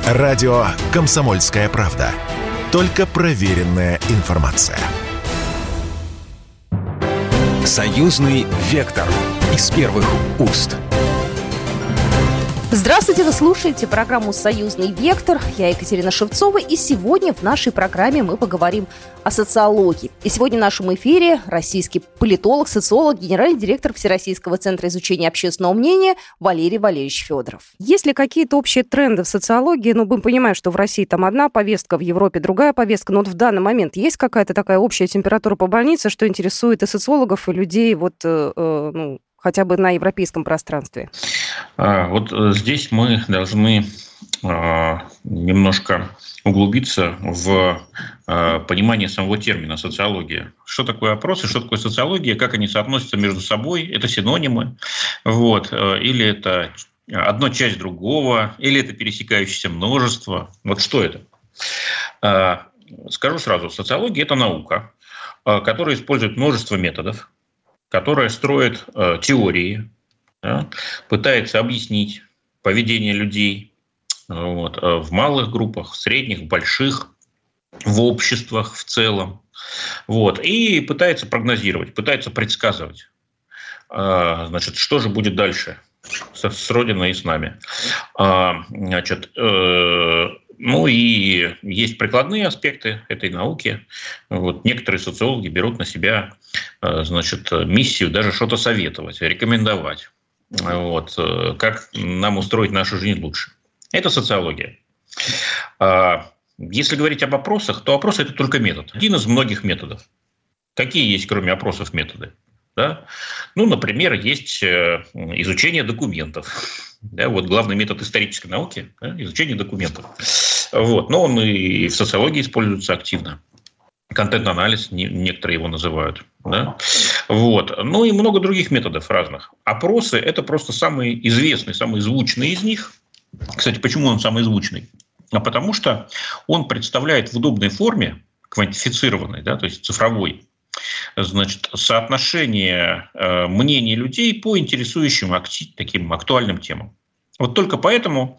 Радио «Комсомольская правда». Только проверенная информация. Союзный вектор из первых уст. Здравствуйте, вы слушаете программу «Союзный вектор». Я Екатерина Шевцова, и сегодня в нашей программе мы поговорим о социологии. И сегодня в нашем эфире российский политолог, социолог, генеральный директор Всероссийского центра изучения общественного мнения Валерий Валерьевич Федоров. Есть ли какие-то общие тренды в социологии? Ну, мы понимаем, что в России там одна повестка, в Европе другая повестка, но вот в данный момент есть какая-то такая общая температура по больнице, что интересует и социологов, и людей хотя бы на европейском пространстве? Вот здесь мы должны немножко углубиться в понимание самого термина социология. Что такое опросы, что такое социология, как они соотносятся между собой, это синонимы, или это одна часть другого, или это пересекающееся множество. Вот что это? Скажу сразу, социология – это наука, которая использует множество методов, которая строит теории, пытается объяснить поведение людей в малых группах, в средних, в больших, в обществах в целом. И пытается прогнозировать, пытается предсказывать, что же будет дальше с Родиной и с нами. И есть прикладные аспекты этой науки. Некоторые социологи берут на себя миссию даже что-то советовать, рекомендовать. Как нам устроить нашу жизнь лучше. Это социология. Если говорить об опросах, то опросы – это только метод. Один из многих методов. Какие есть, кроме опросов, методы? Да? Например, есть изучение документов. Да, главный метод исторической науки – изучение документов. Но он и в социологии используется активно. Контент-анализ, некоторые его называют. Да? И много других методов разных. Опросы – это просто самый известный, самый звучный из них. Кстати, почему он самый звучный? Потому что он представляет в удобной форме, квантифицированной, да, то есть цифровой, соотношение мнений людей по интересующим таким актуальным темам. Только поэтому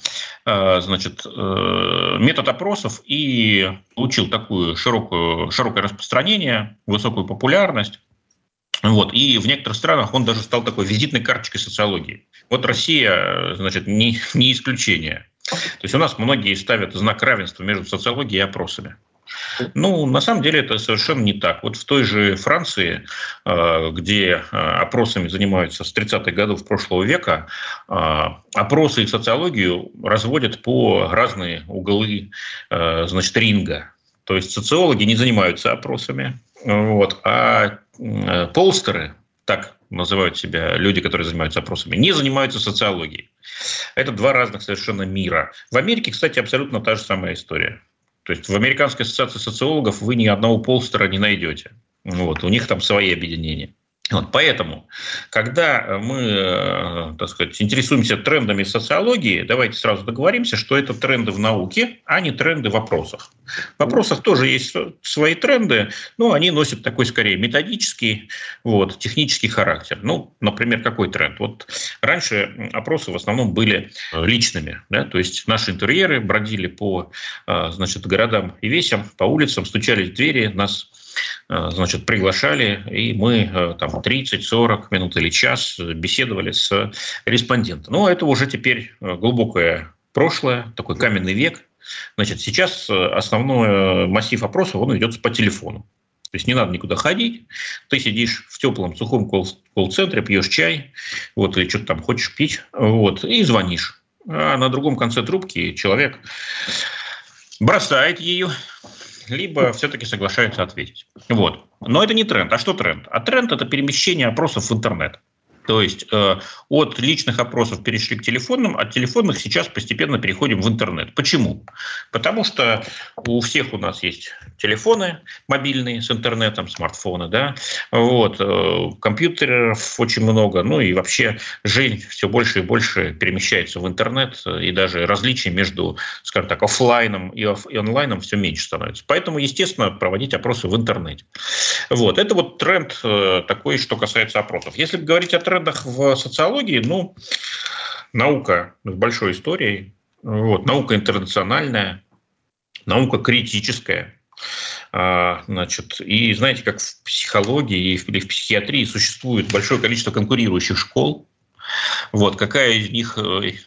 метод опросов и получил такое широкое распространение, высокую популярность. И в некоторых странах он даже стал такой визитной карточкой социологии. Россия, не исключение. То есть у нас многие ставят знак равенства между социологией и опросами. На самом деле это совершенно не так. В той же Франции, где опросами занимаются с 30-х годов прошлого века, опросы и социологию разводят по разные углы ринга. То есть социологи не занимаются опросами, а полстеры, так называют себя люди, которые занимаются опросами, не занимаются социологией. Это два разных совершенно мира. В Америке, кстати, абсолютно та же самая история. То есть в Американской ассоциации социологов вы ни одного полстера не найдете. У них там свои объединения. Поэтому, когда мы, интересуемся трендами социологии, давайте сразу договоримся, что это тренды в науке, а не тренды в опросах. В опросах тоже есть свои тренды, но они носят такой, скорее, методический, технический характер. Например, какой тренд? Раньше опросы в основном были личными, да? То есть наши интерьеры бродили по городам и весям, по улицам, стучались в двери, нас приглашали, и мы 30-40 минут или час беседовали с респондентом. Это уже теперь глубокое прошлое, такой каменный век. Сейчас основной массив опросов, он идет по телефону. То есть не надо никуда ходить, ты сидишь в теплом сухом колл-центре, пьешь чай, или что-то там хочешь пить, и звонишь. А на другом конце трубки человек бросает ее, либо все-таки соглашается ответить. Но это не тренд. А что тренд? А тренд – это перемещение опросов в интернет. То есть от личных опросов перешли к телефонным, от телефонных сейчас постепенно переходим в интернет. Почему? Потому что у всех у нас есть телефоны мобильные с интернетом, смартфоны, да? Компьютеров очень много, и вообще жизнь все больше и больше перемещается в интернет, и даже различия между, скажем так, офлайном и онлайном все меньше становится. Поэтому, естественно, проводить опросы в интернете. Это тренд такой, что касается опросов. Если говорить о трендах в социологии, наука с большой историей, Вот, наука интернациональная, наука критическая. Значит, и знаете, как в психологии или в психиатрии существует большое количество конкурирующих школ. Вот, какая из них,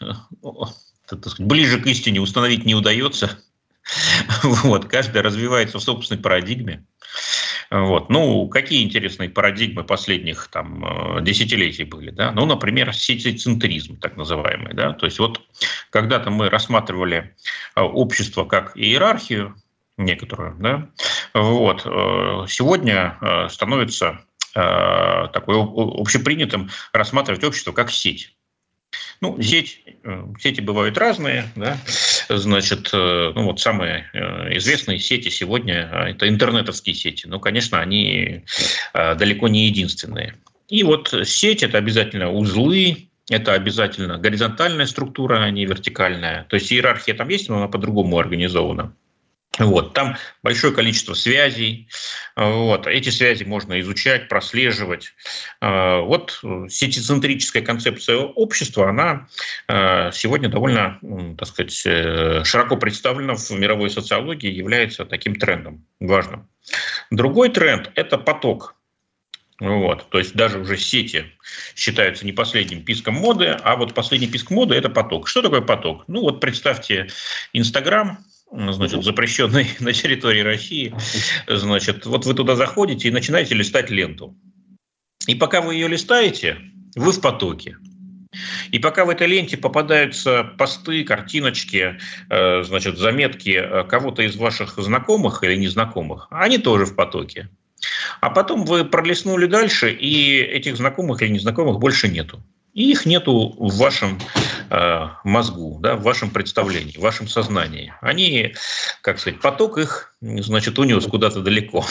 так сказать, ближе к истине установить не удается. Вот, каждая развивается в собственной парадигме. Вот. Ну, какие интересные парадигмы последних там, десятилетий были, да? Ну, например, сетицентризм, так называемый, да? То есть вот когда-то мы рассматривали общество как иерархию некоторую, да? Вот. Сегодня становится такой общепринятым рассматривать общество как сеть. Ну, сети бывают разные, да, значит, ну, вот самые известные сети сегодня – это интернетовские сети, но, конечно, они далеко не единственные. И вот сеть – это обязательно узлы, это обязательно горизонтальная структура, а не вертикальная, то есть иерархия там есть, но она по-другому организована. Вот, там большое количество связей, вот, эти связи можно изучать, прослеживать. Вот сетицентрическая концепция общества, она сегодня довольно, так сказать, широко представлена в мировой социологии, является таким трендом важным. Другой тренд – это поток. Вот, то есть даже уже сети считаются не последним писком моды, а вот последний писк моды – это поток. Что такое поток? Ну вот представьте Инстаграм, значит, запрещенный на территории России, значит, вот вы туда заходите и начинаете листать ленту. И пока вы ее листаете, вы в потоке. И пока в этой ленте попадаются посты, картиночки, значит, заметки кого-то из ваших знакомых или незнакомых, они тоже в потоке. А потом вы пролистнули дальше, и этих знакомых или незнакомых больше нету. И их нету в вашем мозгу, да, в вашем представлении, в вашем сознании. Они, как сказать, поток их, значит, унес куда-то далеко.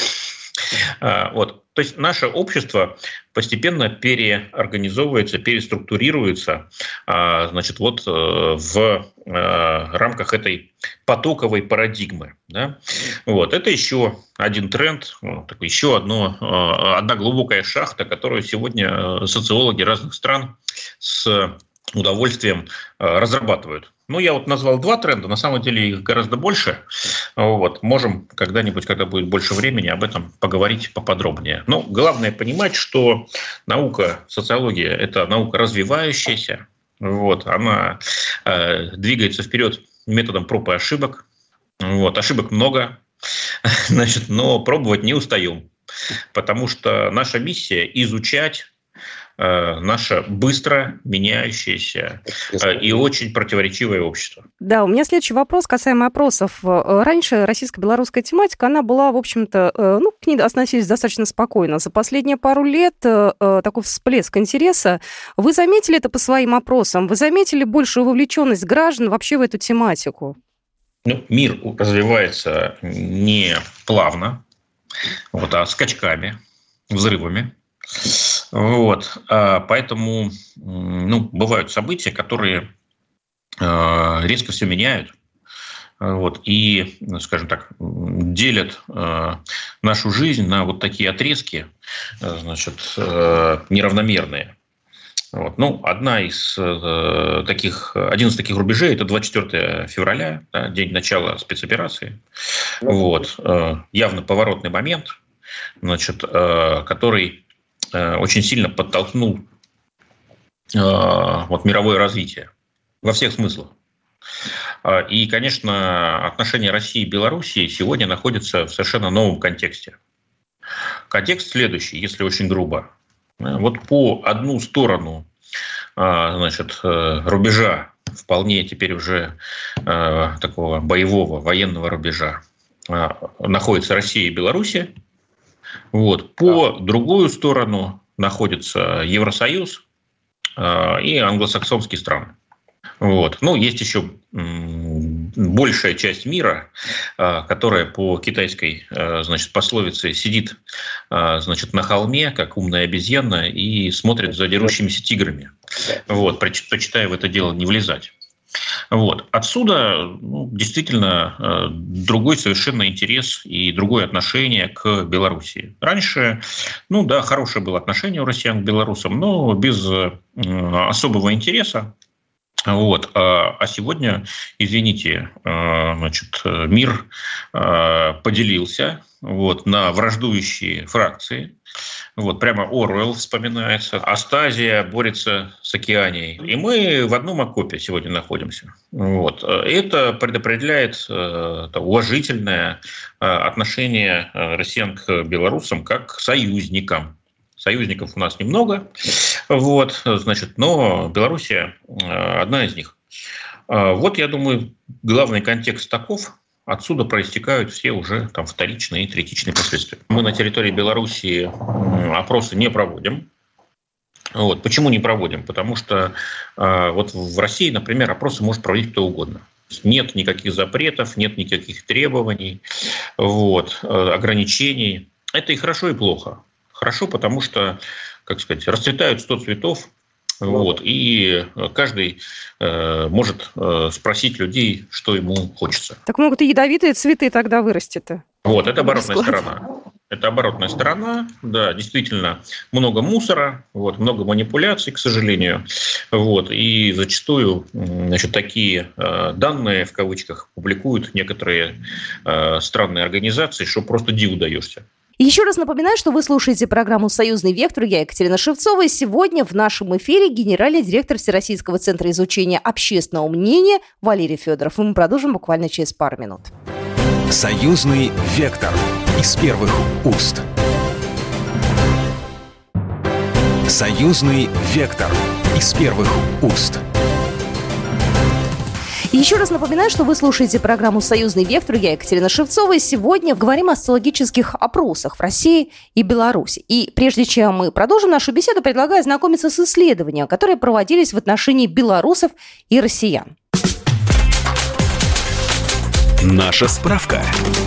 Вот. То есть наше общество постепенно переорганизовывается, переструктурируется, значит, вот в рамках этой потоковой парадигмы. Да? Вот. Это еще один тренд, еще одна глубокая шахта, которую сегодня социологи разных стран с удовольствием разрабатывают. Ну, я вот назвал 2 тренда, на самом деле их гораздо больше. Вот. Можем когда-нибудь, когда будет больше времени, об этом поговорить поподробнее. Но главное понимать, что наука, социология – это наука развивающаяся. Вот. Она двигается вперед методом проб и ошибок. Вот. Ошибок много, значит, но пробовать не устаем. Потому что наша миссия – изучать наше быстро меняющееся и очень противоречивое общество. Да, у меня следующий вопрос касаемо опросов. Раньше российско-белорусская тематика, она была, в общем-то, к ней относились достаточно спокойно. За последние пару лет такой всплеск интереса. Вы заметили это по своим опросам? Вы заметили большую вовлеченность граждан вообще в эту тематику? Ну, мир развивается не плавно, вот, а скачками, взрывами. Вот, поэтому бывают события, которые резко все меняют, вот, и, скажем так, делят нашу жизнь на вот такие отрезки, значит, неравномерные. Вот. Ну, один из таких рубежей – это 24 февраля, да, день начала спецоперации. Вот, явно поворотный момент, значит, который очень сильно подтолкнул мировое развитие во всех смыслах. И, конечно, отношения России и Белоруссии сегодня находятся в совершенно новом контексте. Контекст следующий, если очень грубо. Вот по одну сторону, значит, рубежа, вполне теперь уже такого боевого, военного рубежа, находится Россия и Белоруссия. Вот. По другую сторону находится Евросоюз и англосаксонские страны. Вот. Ну, есть еще большая часть мира, которая по китайской, значит, пословице сидит, значит, на холме, как умная обезьяна, и смотрит за дерущимися тиграми. Вот. Предпочитая в это дело не влезать. Вот. Отсюда действительно другой совершенно интерес и другое отношение к Белоруссии. Раньше, хорошее было отношение у россиян к белорусам, но без особого интереса. Вот. А сегодня, извините, значит, мир поделился на враждующие фракции. Прямо Оруэлл вспоминается. Астазия борется с Океанией. И мы в одном окопе сегодня находимся. Это предопределяет уважительное отношение россиян к белорусам как к союзникам. Союзников у нас немного, но Белоруссия одна из них. Я думаю, главный контекст таков. Отсюда проистекают все уже вторичные и третичные последствия. Мы на территории Белоруссии опросы не проводим. Почему не проводим? Потому что в России, например, опросы может проводить кто угодно. Нет никаких запретов, нет никаких требований, ограничений. Это и хорошо, и плохо. Хорошо, потому что, расцветают 100 цветов, и каждый может спросить людей, что ему хочется. Так могут и ядовитые цветы тогда вырасти-то. Это оборотная сторона. Это оборотная сторона, да, действительно много мусора, много манипуляций, к сожалению, и зачастую, такие данные, в кавычках, публикуют некоторые странные организации, что просто диву даешься. Еще раз напоминаю, что вы слушаете программу «Союзный вектор». Я Екатерина Шевцова. И сегодня в нашем эфире генеральный директор Всероссийского центра изучения общественного мнения Валерий Федоров. И мы продолжим буквально через пару минут. «Союзный вектор» из первых уст. «Союзный вектор» из первых уст. Еще раз напоминаю, что вы слушаете программу «Союзный вектор». Я Екатерина Шевцова. И сегодня говорим о социологических опросах в России и Беларуси. И прежде чем мы продолжим нашу беседу, предлагаю ознакомиться с исследованиями, которые проводились в отношении белорусов и россиян. Наша справка.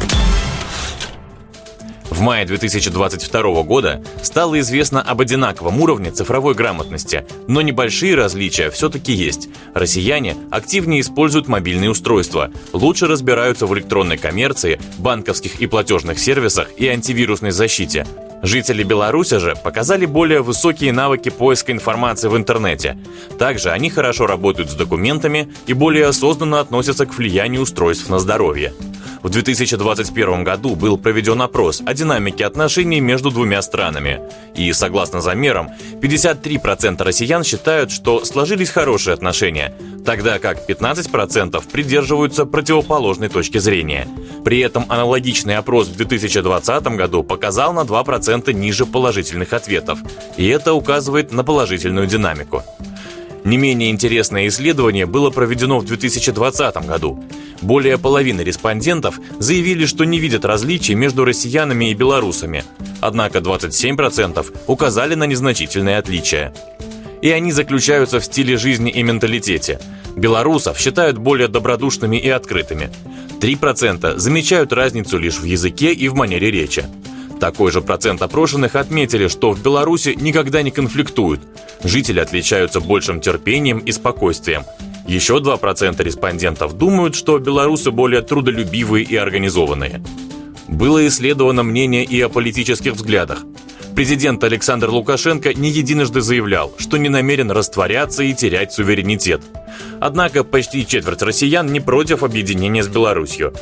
В мае 2022 года стало известно об одинаковом уровне цифровой грамотности, но небольшие различия все-таки есть. Россияне активнее используют мобильные устройства, лучше разбираются в электронной коммерции, банковских и платежных сервисах и антивирусной защите. Жители Беларуси же показали более высокие навыки поиска информации в интернете. Также они хорошо работают с документами и более осознанно относятся к влиянию устройств на здоровье. В 2021 году был проведен опрос о динамике отношений между двумя странами. И, согласно замерам, 53% россиян считают, что сложились хорошие отношения, тогда как 15% придерживаются противоположной точки зрения. При этом аналогичный опрос в 2020 году показал на 2% ниже положительных ответов, и это указывает на положительную динамику. Не менее интересное исследование было проведено в 2020 году. Более половины респондентов заявили, что не видят различий между россиянами и белорусами. Однако 27% указали на незначительные отличия. И они заключаются в стиле жизни и менталитете. Белорусов считают более добродушными и открытыми. 3% замечают разницу лишь в языке и в манере речи. Такой же процент опрошенных отметили, что в Беларуси никогда не конфликтуют. Жители отличаются большим терпением и спокойствием. Еще 2% респондентов думают, что белорусы более трудолюбивые и организованные. Было исследовано мнение и о политических взглядах. Президент Александр Лукашенко не единожды заявлял, что не намерен растворяться и терять суверенитет. Однако почти четверть россиян не против объединения с Беларусью.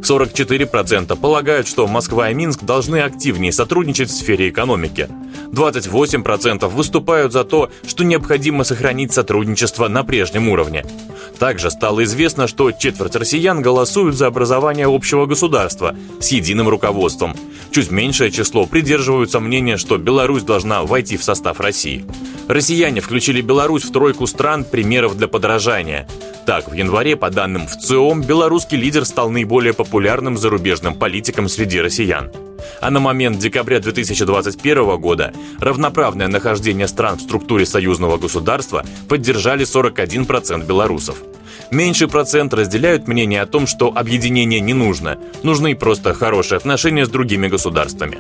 44% полагают, что Москва и Минск должны активнее сотрудничать в сфере экономики. 28% выступают за то, что необходимо сохранить сотрудничество на прежнем уровне. Также стало известно, что четверть россиян голосуют за образование общего государства с единым руководством. Чуть меньшее число придерживаются мнения, что Беларусь должна войти в состав России. Россияне включили Беларусь в тройку стран примеров для подражания. Так, в январе, по данным ВЦИОМ, белорусский лидер стал наиболее популярным зарубежным политиком среди россиян. А на момент декабря 2021 года равноправное нахождение стран в структуре союзного государства поддержали 41% белорусов. Меньший процент разделяют мнение о том, что объединение не нужно, нужны просто хорошие отношения с другими государствами.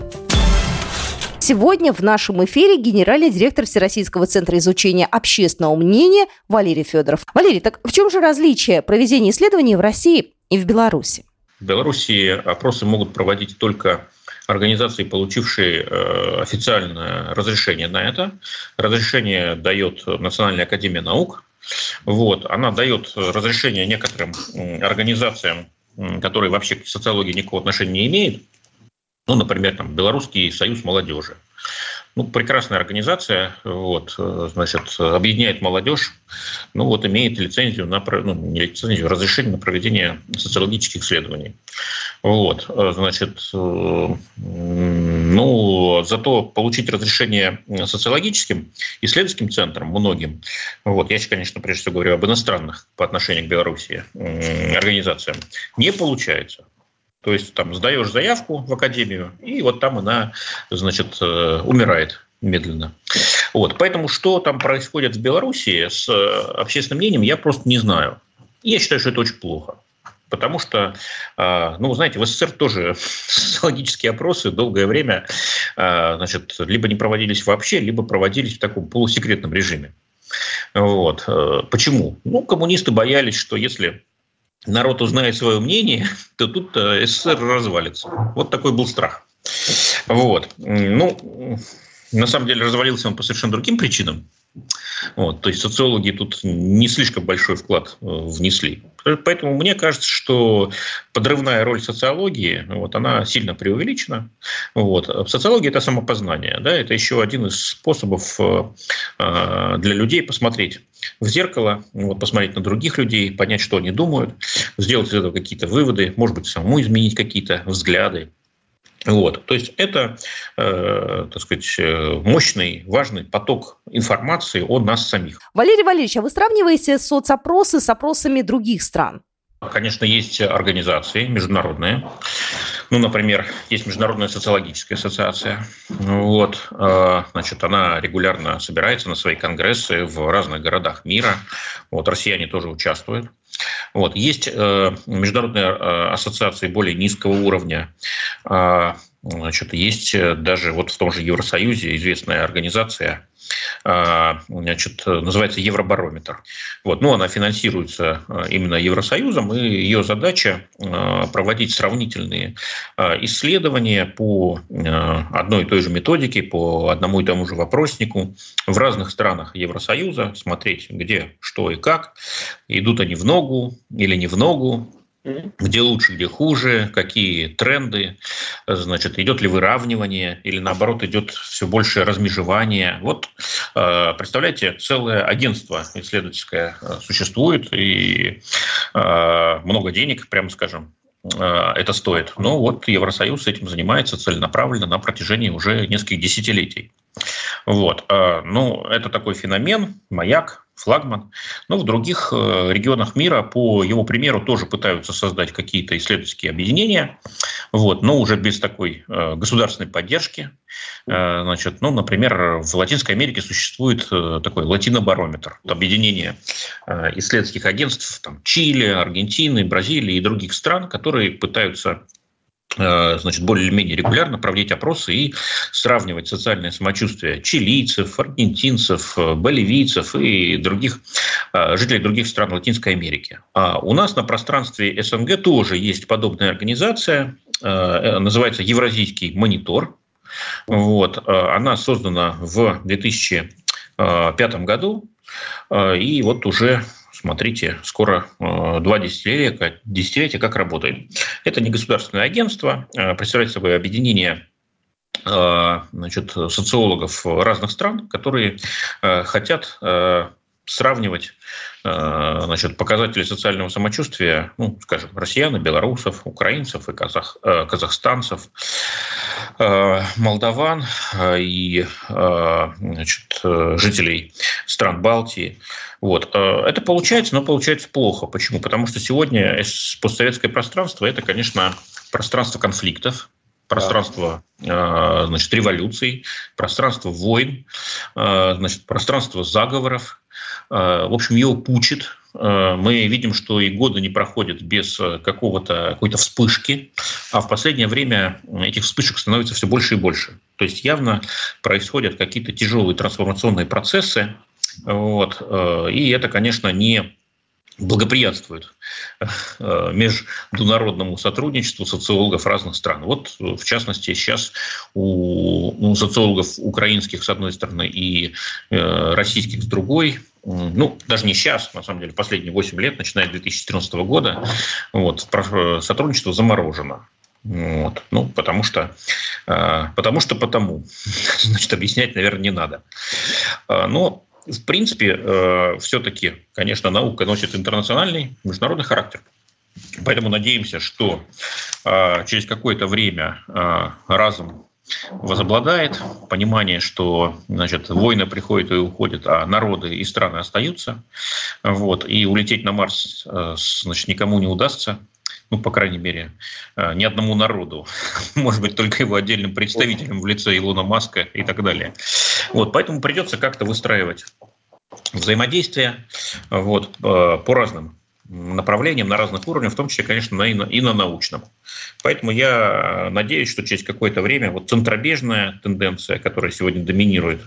Сегодня в нашем эфире генеральный директор Всероссийского центра изучения общественного мнения Валерий Федоров. Валерий, так в чем же различие проведения исследований в России и в Беларуси? В Беларуси опросы могут проводить только организации, получившие официальное разрешение на это. Разрешение дает Национальная академия наук. Вот, она дает разрешение некоторым организациям, которые вообще к социологии никакого отношения не имеют. Ну, например, там, Белорусский союз молодежи. Ну, прекрасная организация, вот, значит, объединяет молодежь, ну, вот, имеет лицензию на, не лицензию, разрешение на проведение социологических исследований. Вот, значит, ну, зато получить разрешение социологическим исследовательским центрам, многим, вот, я, конечно, прежде всего говорю об иностранных по отношению к Беларуси организациям, не получается. То есть там сдаешь заявку в академию, и вот там она, значит, умирает медленно. Вот. Поэтому что там происходит в Беларуси с общественным мнением, я просто не знаю. Я считаю, что это очень плохо. Потому что, ну, знаете, в СССР тоже социологические опросы долгое время, значит, либо не проводились вообще, либо проводились в таком полусекретном режиме. Вот. Почему? Ну, коммунисты боялись, что если народ узнает свое мнение, то тут СССР развалится. Вот такой был страх. Вот. Ну, на самом деле развалился он по совершенно другим причинам. Вот. То есть социологи тут не слишком большой вклад внесли. Поэтому мне кажется, что подрывная роль социологии, вот, она сильно преувеличена. Вот. Социология – это самопознание. Да? Это еще один из способов для людей посмотреть в зеркало, вот, посмотреть на других людей, понять, что они думают, сделать из этого какие-то выводы, может быть, самому изменить какие-то взгляды. Вот. То есть это, так сказать, мощный, важный поток информации о нас самих. Валерий Валерьевич, а вы сравниваете соцопросы с опросами других стран? Конечно, есть организации международные. Ну, например, есть Международная социологическая ассоциация. Вот. Значит, она регулярно собирается на свои конгрессы в разных городах мира. Вот. Россияне тоже участвуют. Вот. Есть международные ассоциации более низкого уровня. Значит, есть даже вот в том же Евросоюзе известная организация, значит, называется Евробарометр. Вот. Ну, она финансируется именно Евросоюзом, и ее задача проводить сравнительные исследования по одной и той же методике, по одному и тому же вопроснику в разных странах Евросоюза, смотреть, где, что и как, идут они в ногу или не в ногу, где лучше, где хуже, какие тренды, значит, идет ли выравнивание или, наоборот, идет все большее размежевание. Вот, представляете, целое агентство исследовательское существует, и много денег, прямо скажем, это стоит. Но вот Евросоюз этим занимается целенаправленно на протяжении уже нескольких десятилетий. Вот. Ну, это такой феномен, маяк, флагман. Но в других регионах мира по его примеру тоже пытаются создать какие-то исследовательские объединения, вот, но уже без такой государственной поддержки. Значит, ну, например, в Латинской Америке существует такой латинобарометр, объединение исследовательских агентств там, Чили, Аргентины, Бразилии и других стран, которые пытаются, значит, более или менее регулярно проводить опросы и сравнивать социальное самочувствие чилийцев, аргентинцев, боливийцев и других жителей других стран Латинской Америки. А у нас на пространстве СНГ тоже есть подобная организация, называется Евразийский монитор. Вот. Она создана в 2005 году, и вот уже, смотрите, скоро 2 десятилетия как работает. Это не государственное агентство, представляет собой объединение, значит, социологов разных стран, которые хотят сравнивать, значит, показатели социального самочувствия, ну, скажем, россиян, белорусов, украинцев и казахстанцев, молдаван и, значит, жителей стран Балтии. Вот. Это получается, но получается плохо. Почему? Потому что сегодня постсоветское пространство – это, конечно, пространство конфликтов, пространство, значит, революций, пространство войн, значит, пространство заговоров. В общем, его пучит. Мы видим, что и годы не проходят без какой-то вспышки, а в последнее время этих вспышек становится все больше и больше. То есть явно происходят какие-то тяжелые трансформационные процессы. Вот. И это, конечно, не благоприятствует международному сотрудничеству социологов разных стран. Вот, в частности, сейчас у социологов украинских, с одной стороны, и российских, с другой, даже не сейчас, на самом деле, последние 8 лет, начиная с 2014 года, сотрудничество заморожено. Потому что. Значит, объяснять, наверное, не надо. Но в принципе, все-таки, конечно, наука носит интернациональный, международный характер. Поэтому надеемся, что через какое-то время разум возобладает, понимание, что, значит, войны приходят и уходят, а народы и страны остаются. И улететь на Марс, значит, никому не удастся. По крайней мере, ни одному народу, может быть, только его отдельным представителям в лице Илона Маска и так далее. Поэтому придется как-то выстраивать взаимодействие по разным направлениям, на разных уровнях, в том числе, конечно, и на научном. Поэтому я надеюсь, что через какое-то время центробежная тенденция, которая сегодня доминирует,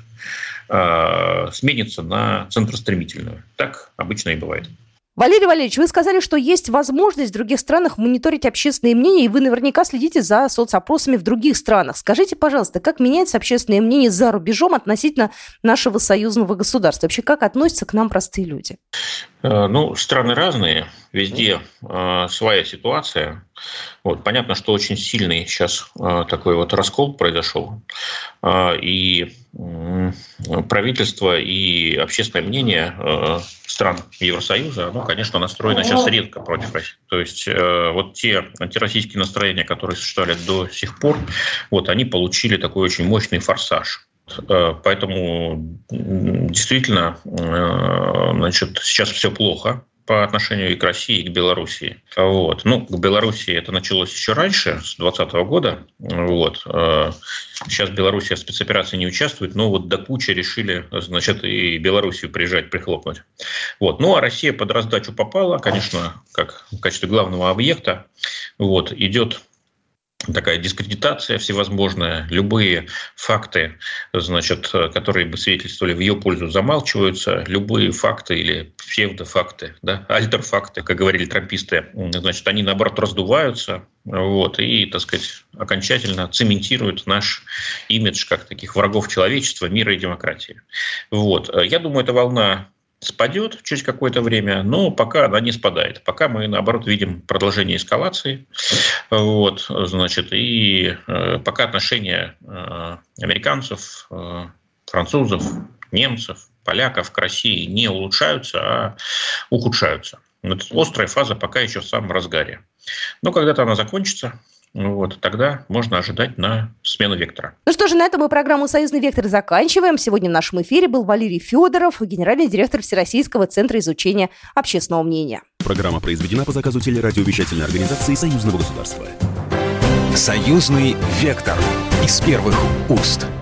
сменится на центростремительную. Так обычно и бывает. Валерий Валерьевич, вы сказали, что есть возможность в других странах мониторить общественное мнение, и вы наверняка следите за соцопросами в других странах. Скажите, пожалуйста, как меняется общественное мнение за рубежом относительно нашего союзного государства? Вообще, как относятся к нам простые люди? Страны разные, везде своя ситуация. Понятно, что очень сильный сейчас такой раскол произошел. И правительство и общественное мнение стран Евросоюза, конечно, настроено сейчас редко против России. То есть те антироссийские настроения, которые существовали до сих пор, они получили такой очень мощный форсаж. Поэтому действительно, сейчас все плохо по отношению и к России, и к Белоруссии. К Белоруссии это началось еще раньше, с 2020 года. Сейчас Белоруссия в спецоперации не участвует, но до кучи решили, значит, и Белоруссию приезжать, прихлопнуть. А Россия под раздачу попала, конечно, как в качестве главного объекта. Идет такая дискредитация всевозможная, любые факты, значит, которые бы свидетельствовали в ее пользу, замалчиваются, любые факты или псевдофакты, альтерфакты, как говорили трамписты, значит, они, наоборот, раздуваются, и, так сказать, окончательно цементируют наш имидж как таких врагов человечества, мира и демократии. Я думаю, эта волна спадет через какое-то время, но пока она не спадает. Пока мы, наоборот, видим продолжение эскалации. И пока отношения американцев, французов, немцев, поляков к России не улучшаются, а ухудшаются. Острая фаза пока еще в самом разгаре. Но когда-то она закончится. Тогда можно ожидать на смену вектора. Что же, на этом мы программу «Союзный вектор» заканчиваем. Сегодня в нашем эфире был Валерий Федоров, генеральный директор Всероссийского центра изучения общественного мнения. Программа произведена по заказу телерадиовещательной организации Союзного государства. «Союзный вектор» из первых уст.